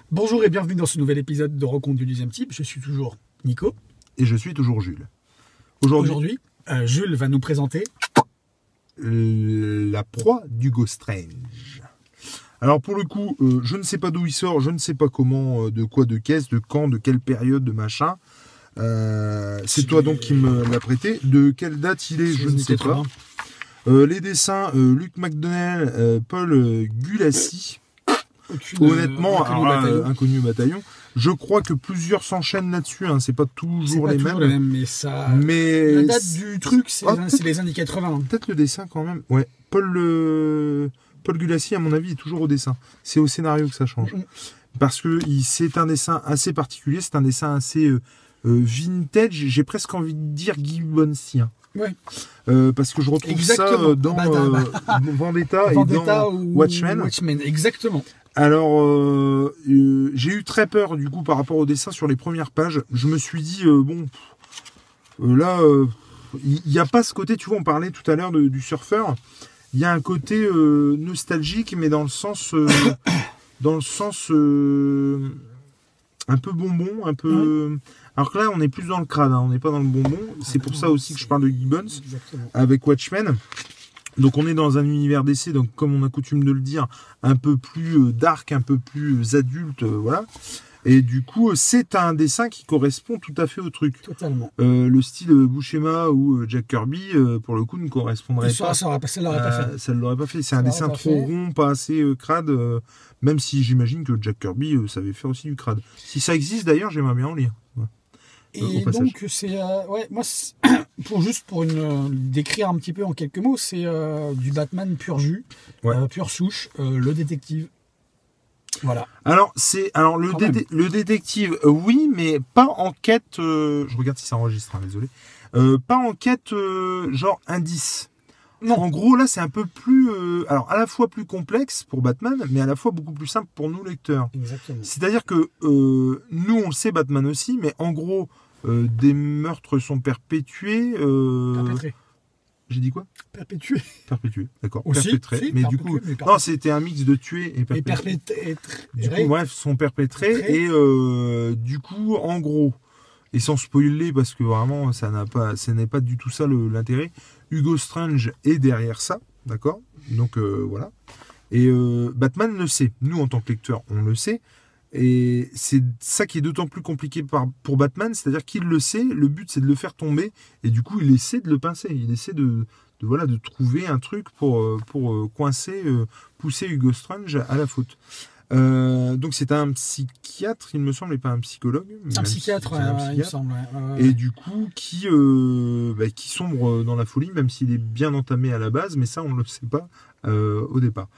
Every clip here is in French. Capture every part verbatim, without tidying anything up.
Bonjour et bienvenue dans ce nouvel épisode de Rencontre du deuxième type. Je suis toujours Nico. Et je suis toujours Jules. Aujourd'hui, Aujourd'hui, euh, Jules va nous présenter euh, la proie d'Hugo Strange. Alors pour le coup, euh, je ne sais pas d'où il sort, je ne sais pas comment, euh, de quoi, de caisse, de quand, de quelle période, de machin. Euh, c'est toi donc qui me l'as prêté. De quelle date il est, je ne sais pas. Euh, les dessins, euh, Luc McDonnell, euh, Paul euh, Gulassi. Aucune, Honnêtement, euh, inconnu alors, bataillon. euh, inconnu bataillon. Je crois que plusieurs s'enchaînent là-dessus. Hein, c'est pas toujours C'est pas les toujours mêmes. les mêmes, mais ça. Mais La date du truc, c'est Ah, c'est les années quatre-vingts. hein. Peut-être le dessin quand même. Ouais. Paul euh, Paul Gulassi, à mon avis, est toujours au dessin. C'est au scénario que ça change. Mm. Parce que il- c'est un dessin assez particulier. C'est un dessin assez euh, euh, vintage. J'ai presque envie de dire Gibbonsien. Ouais. Euh, parce que je retrouve Exactement. ça euh, dans Bah, euh, bah, Vendetta, Vendetta et dans ou Watchmen. Watchmen, exactement. Alors, euh, euh, j'ai eu très peur du coup par rapport au dessin sur les premières pages. Je me suis dit, euh, bon, euh, là, il n'y a pas ce côté, tu vois, on parlait tout à l'heure de- du surfeur. Il y a un côté euh, nostalgique, mais dans le sens, euh, dans le sens euh, un peu bonbon, un peu. Alors que là, on est plus dans le crade, hein, on n'est pas dans le bonbon. C'est pour ça aussi que je parle de Gibbons Exactement. avec Watchmen. Donc on est dans un univers D C, donc comme on a coutume de le dire, un peu plus euh, dark, un peu plus adulte, euh, voilà. Et du coup, euh, c'est un dessin qui correspond tout à fait au truc. Totalement. Euh, le style euh, Buscema ou euh, Jack Kirby, euh, pour le coup, ne correspondrait Ça, pas. ça aurait pas, ça l'aurait pas Euh, fait. ça ne l'aurait pas fait. C'est Ça un l'aurait dessin pas trop fait. rond, pas assez euh, crade, euh, même si j'imagine que Jack Kirby euh, savait faire aussi du crade. Si ça existe d'ailleurs, j'aimerais bien en lire. Ouais. Euh, au Et passage. donc, c'est. euh, ouais, moi, c'est- pour juste pour une, euh, décrire un petit peu en quelques mots, c'est euh, du Batman pur jus, Ouais. euh, pure souche, euh, le détective. Voilà. Alors, c'est alors le, Quand déte- même. le détective, euh, oui, mais pas en quête. euh, je regarde si ça enregistre, hein, désolé. Euh, pas en quête euh, genre indice. Non. En gros, là, c'est un peu plus, euh, alors à la fois plus complexe pour Batman, mais à la fois beaucoup plus simple pour nous lecteurs. Exactement. C'est-à-dire que euh, nous, on le sait, Batman aussi, mais en gros, euh, des meurtres sont perpétués. euh, Perpétré. J'ai dit quoi? Perpétué. Perpétués, d'accord. Aussi, Perpétrés. si, mais du perpétué, coup, mais perpétué. non, c'était un mix de tuer et Et perpétués. perpétré. Du coup, bref, sont perpétrés Perpétrés. et euh, du coup, en gros, et sans spoiler parce que vraiment, ça n'a pas, ce n'est pas du tout ça le- l'intérêt. Hugo Strange est derrière ça, d'accord. Donc euh, voilà. Et euh, Batman le sait. Nous, en tant que lecteurs, on le sait. Et c'est ça qui est d'autant plus compliqué par, pour Batman, c'est-à-dire qu'il le sait. Le but, c'est de le faire tomber, et du coup, il essaie de le pincer. Il essaie de, de voilà, de trouver un truc pour euh, pour euh, coincer, euh, pousser Hugo Strange à la faute. Euh, donc c'est un psychiatre, il me semble, et pas un psychologue. Un même psychiatre, si c'est un ouais, il me psychiatre. semble. ouais, ouais, Et ouais. du coup, qui, euh, bah, qui sombre dans la folie, même s'il est bien entamé à la base, mais ça, on ne le sait pas euh, au départ.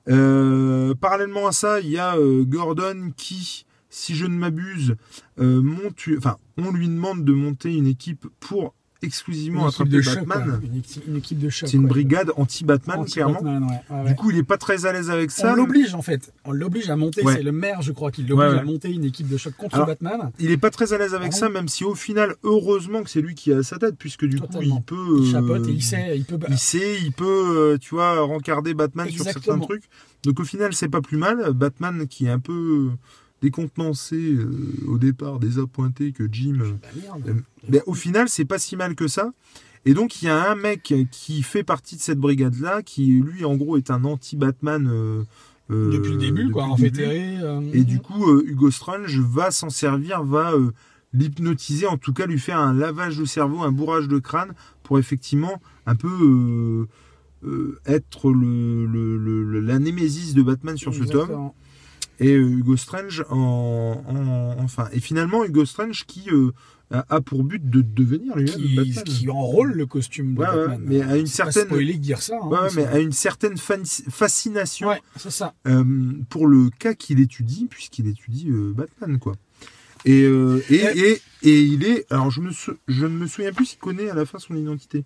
Euh, parallèlement à ça, il y a euh, Gordon qui, si je ne m'abuse, euh, monte, enfin, on lui demande de monter une équipe pour exclusivement Une équipe attraper de choc, Batman. ouais. Une, équipe, une équipe de choc. C'est une ouais. brigade anti-Batman, clairement. Anti-Batman, ouais, ouais, ouais. Du coup, il n'est pas très à l'aise avec ça. on l'oblige en fait. On l'oblige à monter. Ouais. C'est le maire, je crois, qui l'oblige Ouais, ouais. à monter une équipe de choc contre Alors, Batman. Il est pas très à l'aise avec Ah ça, bon même si au final, heureusement que c'est lui qui a sa tête, puisque du Totalement. coup, il peut. Il euh, chapote et il sait, il peut. Il sait, il peut, euh, tu vois, rencarder Batman sur certains Exactement. trucs. Donc au final, c'est pas plus mal. Batman qui est un peu décontenancé euh, au départ, désappointé que Jim. euh, Bah, merde. euh, ben, au final, c'est pas si mal que ça. Et donc il y a un mec qui fait partie de cette brigade-là, qui lui, en gros, est un anti-Batman. euh, euh, Depuis le début, depuis quoi, le en début. fédéré. euh, Et du coup, euh, Hugo Strange va s'en servir, va euh, l'hypnotiser, en tout cas lui faire un lavage de cerveau, un bourrage de crâne, pour effectivement un peu euh, euh, être le, le- le- la némésis de Batman sur ce tome. exactement. Et euh, Hugo Strange, en, en- enfin, et finalement Hugo Strange qui euh, a, a pour but de devenir lui-même Qui, Batman. qui enrôle le costume de Ouais, ouais, Batman. mais à une C'est pas certaine- spoiler que dire ça. hein, Ouais, ouais, c'est- mais à une certaine fan- fascination Ouais, c'est ça. euh, pour le cas qu'il étudie, puisqu'il étudie euh, Batman, quoi. Et, euh, et, et, et il est. Alors, je, me sou- je ne me souviens plus s'il connaît à la fin son identité.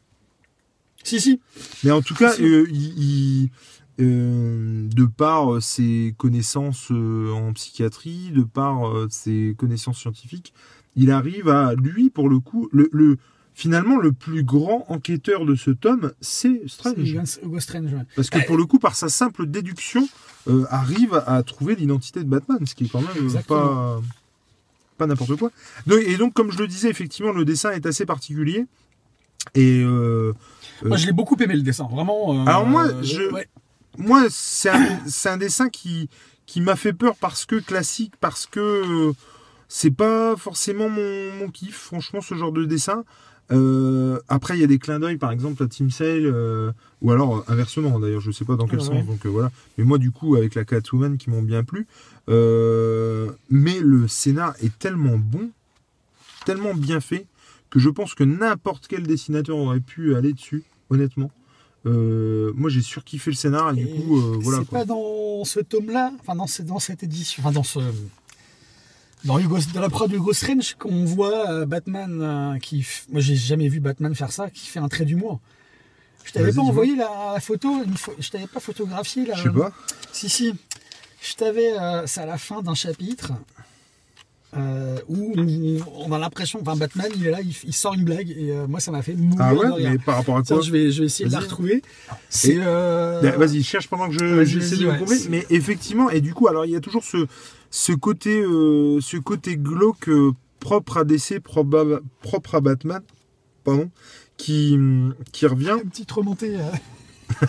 Si, si. Mais en tout cas, Si. euh, il, il- euh, de par ses connaissances euh, en psychiatrie, de par euh, ses connaissances scientifiques, il arrive à, lui, pour le coup, le, le, finalement, le plus grand enquêteur de ce tome, c'est Strange. C'est Hugo Strange, ouais. Parce que pour le coup, par sa simple déduction, euh, arrive à trouver l'identité de Batman, ce qui est quand même euh, pas, pas n'importe quoi. Donc, et donc, comme je le disais, effectivement, le dessin est assez particulier. Et euh, moi, je l'ai beaucoup aimé le dessin, vraiment. Euh, alors moi, je, ouais. moi, c'est un, c'est un dessin qui, qui m'a fait peur parce que classique, parce que euh, c'est pas forcément mon, mon kiff, franchement, ce genre de dessin. Euh, après, il y a des clins d'œil, par exemple, à Team Sale, euh, ou alors euh, inversement, d'ailleurs, je sais pas dans quel ouais, sens. Ouais. Donc euh, voilà. Mais moi, du coup, avec la Catwoman qui m'ont bien plu. Euh, mais le scénar est tellement bon, tellement bien fait, que je pense que n'importe quel dessinateur aurait pu aller dessus, honnêtement. Euh, moi, j'ai surkiffé le scénar, et, et du coup, euh, voilà. C'est pas dans ce tome-là, enfin, dans, dans cette édition, enfin, dans ce. Dans, Hugo, dans la prod de Hugo Strange, qu'on voit euh, Batman euh, qui. Moi, j'ai jamais vu Batman faire ça, qui fait un trait d'humour. Je t'avais pas envoyé la, la photo, une pho... je t'avais pas photographié là. Je sais pas. Si, si. Je t'avais. Euh, c'est à la fin d'un chapitre. Euh, où on, on a l'impression, enfin Batman il est là, il, il sort une blague et euh, moi ça m'a fait mourir ah ouais, de rire. Mais par rapport à quoi? Tiens, je vais, je vais essayer de la retrouver. C'est euh... Vas-y, cherche pendant que je j'essaie de le trouver. Mais effectivement, et du coup, alors il y a toujours ce ce côté euh, ce côté glauque euh, propre à D C, propre à, propre à Batman, pardon, qui qui revient. Une petite remontée. Euh...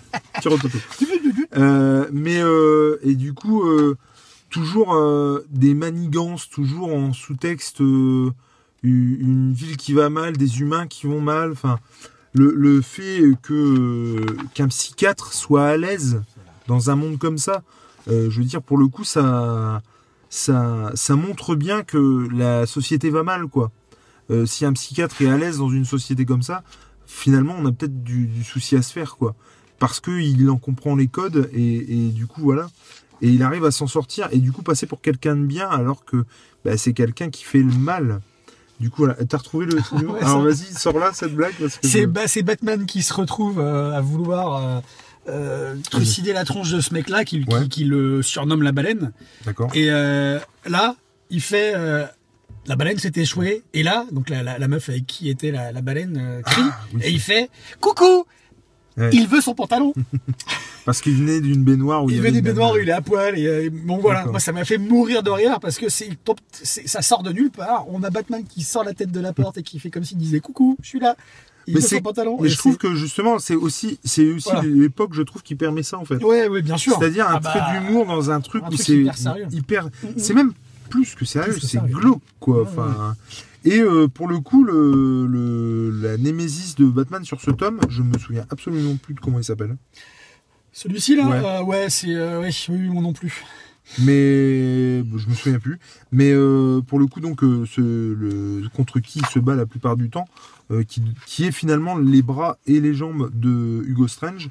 euh, mais euh, et du coup. Euh, Toujours euh, des manigances, toujours en sous-texte, euh, une ville qui va mal, des humains qui vont mal. Enfin, le, le fait que euh, qu'un psychiatre soit à l'aise dans un monde comme ça, euh, je veux dire, pour le coup, ça, ça, ça montre bien que la société va mal, quoi. Euh, si un psychiatre est à l'aise dans une société comme ça, finalement, on a peut-être du, du souci à se faire, quoi. Parce qu'il en comprend les codes et, et du coup, voilà. Et il arrive à s'en sortir et du coup passer pour quelqu'un de bien alors que bah, c'est quelqu'un qui fait le mal. Du coup, voilà. T'as retrouvé le... ouais, alors vas-y, sors là cette blague. C'est je... bah, Batman qui se retrouve euh, à vouloir euh, euh, trucider oui. la tronche de ce mec-là qui, ouais. qui, qui le surnomme la baleine. D'accord. Et euh, là, il fait... Euh, la baleine s'est échouée. Et là, donc la, la, la meuf avec qui était la, la baleine euh, crie. Ah, oui, et il fait « Coucou !» Ouais. Il veut son pantalon. Parce qu'il venait d'une baignoire où il, il venait d'une baignoire où il est à poil. Et euh, bon voilà, moi ça m'a fait mourir de rire parce que c'est, ça sort de nulle part. On a Batman qui sort la tête de la porte et qui fait comme s'il disait coucou, je suis là. Il mais veut son pantalon. Mais je trouve que justement c'est aussi, c'est aussi voilà. l'époque je trouve qui permet ça en fait. Ouais, ouais, bien sûr. C'est-à-dire un ah trait bah, d'humour dans un truc un où c'est hyper sérieux. Hyper, mm-hmm. C'est même plus que sérieux, c'est glauque quoi. Ouais, enfin. Ouais. Et euh, pour le coup, le, le, la némésis de Batman sur ce tome, je me souviens absolument plus de comment il s'appelle. Celui-ci là, ouais, euh, ouais c'est euh, ouais, oui, moi non plus. Mais je me souviens plus. Mais euh, pour le coup, donc, euh, ce, le, contre qui il se bat la plupart du temps, euh, qui, qui est finalement les bras et les jambes de Hugo Strange,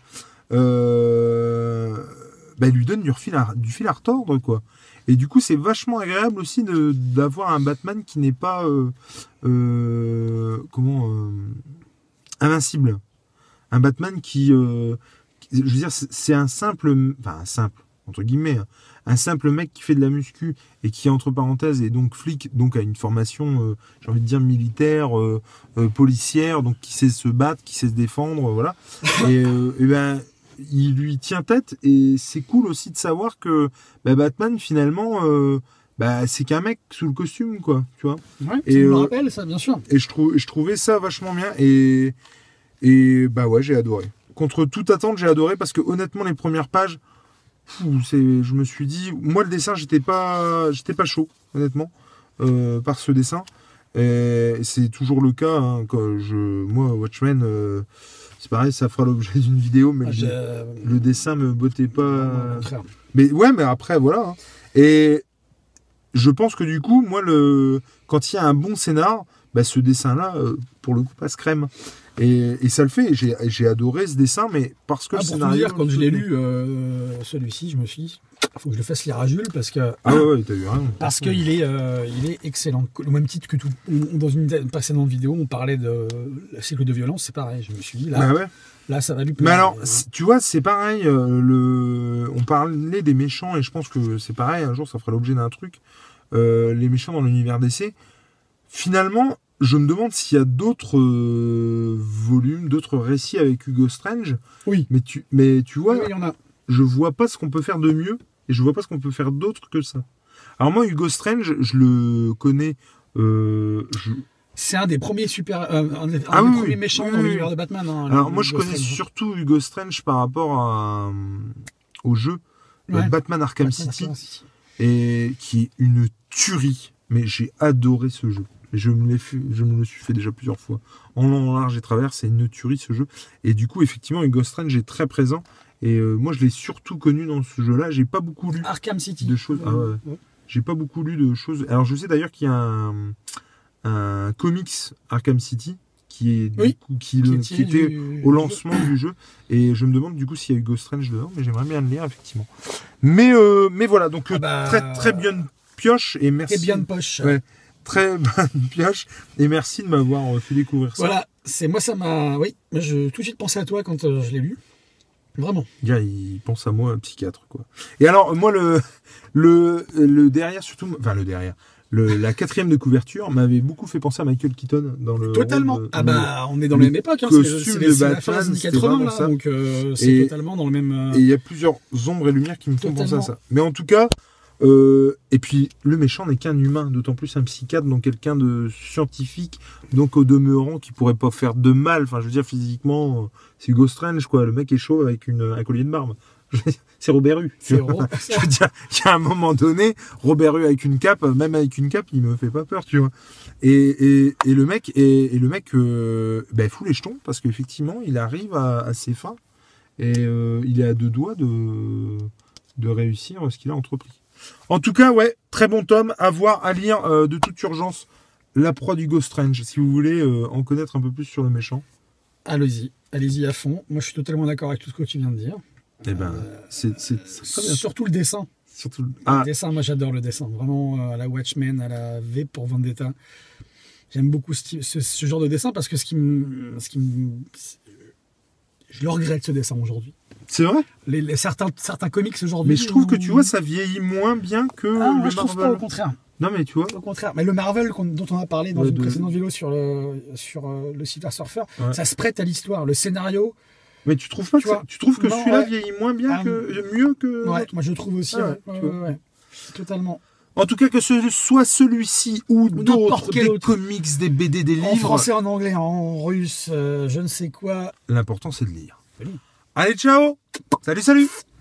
euh, bah, il lui donne du fil à, du fil à retordre, quoi. Et du coup, c'est vachement agréable aussi de, d'avoir un Batman qui n'est pas euh, euh, comment euh, invincible. Un Batman qui, euh, qui je veux dire, c'est un simple, enfin un simple entre guillemets, un simple mec qui fait de la muscu et qui entre parenthèses est donc flic, donc a une formation, euh, j'ai envie de dire militaire, euh, euh, policière, donc qui sait se battre, qui sait se défendre, voilà. Et, euh, et ben. Il lui tient tête et c'est cool aussi de savoir que bah, Batman finalement euh, bah, c'est qu'un mec sous le costume quoi, tu vois. Ouais, et, tu me euh, le rappelles ça bien sûr. Et je, trou- je trouvais ça vachement bien et, et bah ouais j'ai adoré. Contre toute attente j'ai adoré parce que honnêtement les premières pages, pfff, c'est, je me suis dit, moi le dessin j'étais pas, j'étais pas chaud honnêtement euh, par ce dessin. Et c'est toujours le cas hein, quand je, moi Watchmen. Euh, C'est pareil, ça fera l'objet d'une vidéo, mais ah, le, le dessin me bottait pas. Non, mais ouais, mais après, voilà. Hein. Et je pense que du coup, moi, le quand il y a un bon scénar, bah, ce dessin-là, euh, pour le coup, passe crème. Et, et ça le fait. J'ai, j'ai adoré ce dessin, mais parce que ah, le pour scénario. Dire, quand je l'ai lu, euh, celui-ci, je me suis dit, il faut que je le fasse lire à Jules parce que. Ah ouais, ouais t'as eu rien. Parce qu'il est, euh, il est excellent. Au même titre que tout. Dans une précédente vidéo, on parlait de la cycle de violence, c'est pareil. Je me suis dit, là. Bah ouais. Là, ça va lui plaire. Mais alors, tu vois, c'est pareil. Euh, le... On parlait des méchants et je pense que c'est pareil. Un jour, ça fera l'objet d'un truc. Euh, les méchants dans l'univers D C. Finalement, je me demande s'il y a d'autres euh, volumes, d'autres récits avec Hugo Strange. Oui. Mais tu, mais tu vois, Oui, il y en a. je vois pas ce qu'on peut faire de mieux et je vois pas ce qu'on peut faire d'autre que ça. Alors moi, Hugo Strange, je le connais. Euh, je... C'est un des premiers super, euh, un des, Ah un oui, des oui, premiers méchants oui, dans oui. l'univers de Batman. Hein, Alors le- moi, je Hugo connais Strange. surtout Hugo Strange par rapport à, euh, au jeu euh, Ouais. Batman Arkham Batman City, Arkham City. et qui est une tuerie. Mais j'ai adoré ce jeu. Je me, l'ai fait, je me le suis fait déjà plusieurs fois. En long, en large et travers, c'est une tuerie ce jeu. Et du coup, effectivement, Hugo Strange est très présent. Et euh, moi, je l'ai surtout connu dans ce jeu-là. J'ai pas beaucoup lu Arkham City. de choses. Ah ouais. Ouais. J'ai pas beaucoup lu de choses. Alors, je sais d'ailleurs qu'il y a un, un comics Arkham City qui est du Oui. coup, qui, Qui le- est qui tiré était du- au lancement du jeu. Et je me demande du coup s'il y a Hugo Strange dedans, mais j'aimerais bien le lire effectivement. Mais euh, mais voilà, donc Ah bah, très très bien pioche et merci. Très bien de poche. Ouais, très bonne pioche et merci de m'avoir fait découvrir ça. Voilà, c'est moi ça m'a. Oui, moi, je tout de suite pensé à toi quand euh, je l'ai lu. Vraiment. Gars, il pense à moi, un psychiatre, quoi. Et alors, moi, le, le, le derrière, surtout, enfin, le derrière, le, la quatrième de couverture m'avait beaucoup fait penser à Michael Keaton dans le. Totalement. rôle de- Ah bah, on est dans le la même époque. Hein, c'est costume c'est- de c'est la fin Batman, des années c'était quatre-vingts, vraiment là, ça. donc euh, c'est Et- totalement dans le même. euh, Et il y a plusieurs ombres et lumières qui me font Totalement. penser à ça. Mais en tout cas, euh, et puis le méchant n'est qu'un humain, d'autant plus un psychiatre, donc quelqu'un de scientifique, donc au demeurant qui pourrait pas faire de mal. Enfin, je veux dire, physiquement, euh, c'est Hugo Strange, quoi. Le mec est chaud avec une, un collier de barbe. C'est Robert Hue. C'est Ro- Je veux dire, il y a un moment donné, Robert Hue avec une cape, même avec une cape, il me fait pas peur, tu vois. Et, et, et le mec, et, et le mec euh, ben, fout les jetons, parce qu'effectivement, il arrive à, à ses fins, et euh, il est à deux doigts de, de réussir ce qu'il a entrepris. En tout cas, ouais, très bon tome, à voir, à lire euh, de toute urgence, la proie d'Hugo Strange, si vous voulez euh, en connaître un peu plus sur le méchant. Allez-y, allez-y à fond. Moi, je suis totalement d'accord avec tout ce que tu viens de dire. Eh ben, c'est c'est- c'est très bien. Surtout le dessin. Surtout, le- Le ah, dessin, moi j'adore le dessin. Vraiment, euh, à la Watchmen, à la V pour Vendetta. J'aime beaucoup ce, type- ce, ce genre de dessin parce que ce qui me. Ce qui me je le regrette ce dessin aujourd'hui. c'est vrai. Les, les- certains, certains comics aujourd'hui. Mais je trouve que où- tu vois, ça vieillit moins bien que Ah, moi le je trouve pas, Marvel. au contraire. Non, mais tu vois. Au contraire. Mais le Marvel qu'on- dont on a parlé dans Ouais, une de- précédente vidéo sur le, sur euh, le Silver Surfer, Ouais. ça se prête à l'histoire. Le scénario, Mais tu trouves pas Tu que, ça- vois. tu trouves que Non, celui-là ouais. vieillit moins bien Ah, que mieux que ouais, l'autre moi je trouve aussi. Ah ouais, ouais, ouais, tu ouais, ouais. Totalement. En tout cas, que ce soit celui-ci ou n'importe d'autres, quel des autre. comics, des B D, des En livres, français, en anglais, en russe, euh, je ne sais quoi. l'important c'est de lire. Oui. Allez, ciao. Salut, salut.